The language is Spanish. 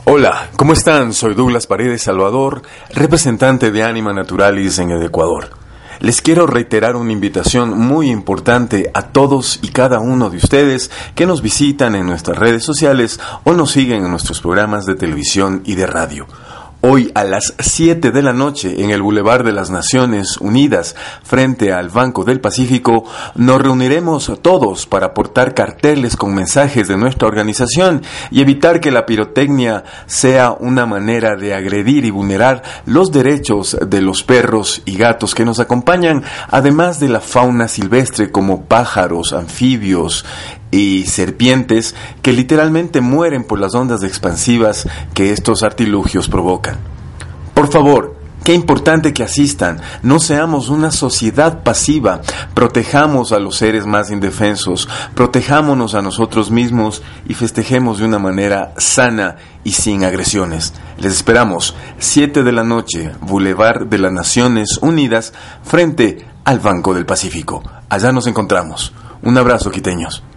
Hola, ¿cómo están? Soy Douglas Paredes Salvador, representante de Anima Naturalis en el Ecuador. Les quiero reiterar una invitación muy importante a todos y cada uno de ustedes que nos visitan en nuestras redes sociales o nos siguen en nuestros programas de televisión y de radio. Hoy a las 7 de la noche en el Boulevard de las Naciones Unidas, frente al Banco del Pacífico, nos reuniremos todos para portar carteles con mensajes de nuestra organización y evitar que la pirotecnia sea una manera de agredir y vulnerar los derechos de los perros y gatos que nos acompañan, además de la fauna silvestre como pájaros, anfibios y serpientes que literalmente mueren por las ondas expansivas que estos artilugios provocan. Por favor, qué importante que asistan, no seamos una sociedad pasiva, protejamos a los seres más indefensos, protejámonos a nosotros mismos y festejemos de una manera sana y sin agresiones. Les esperamos, 7 de la noche, Boulevard de las Naciones Unidas, frente al Banco del Pacífico. Allá nos encontramos. Un abrazo, quiteños.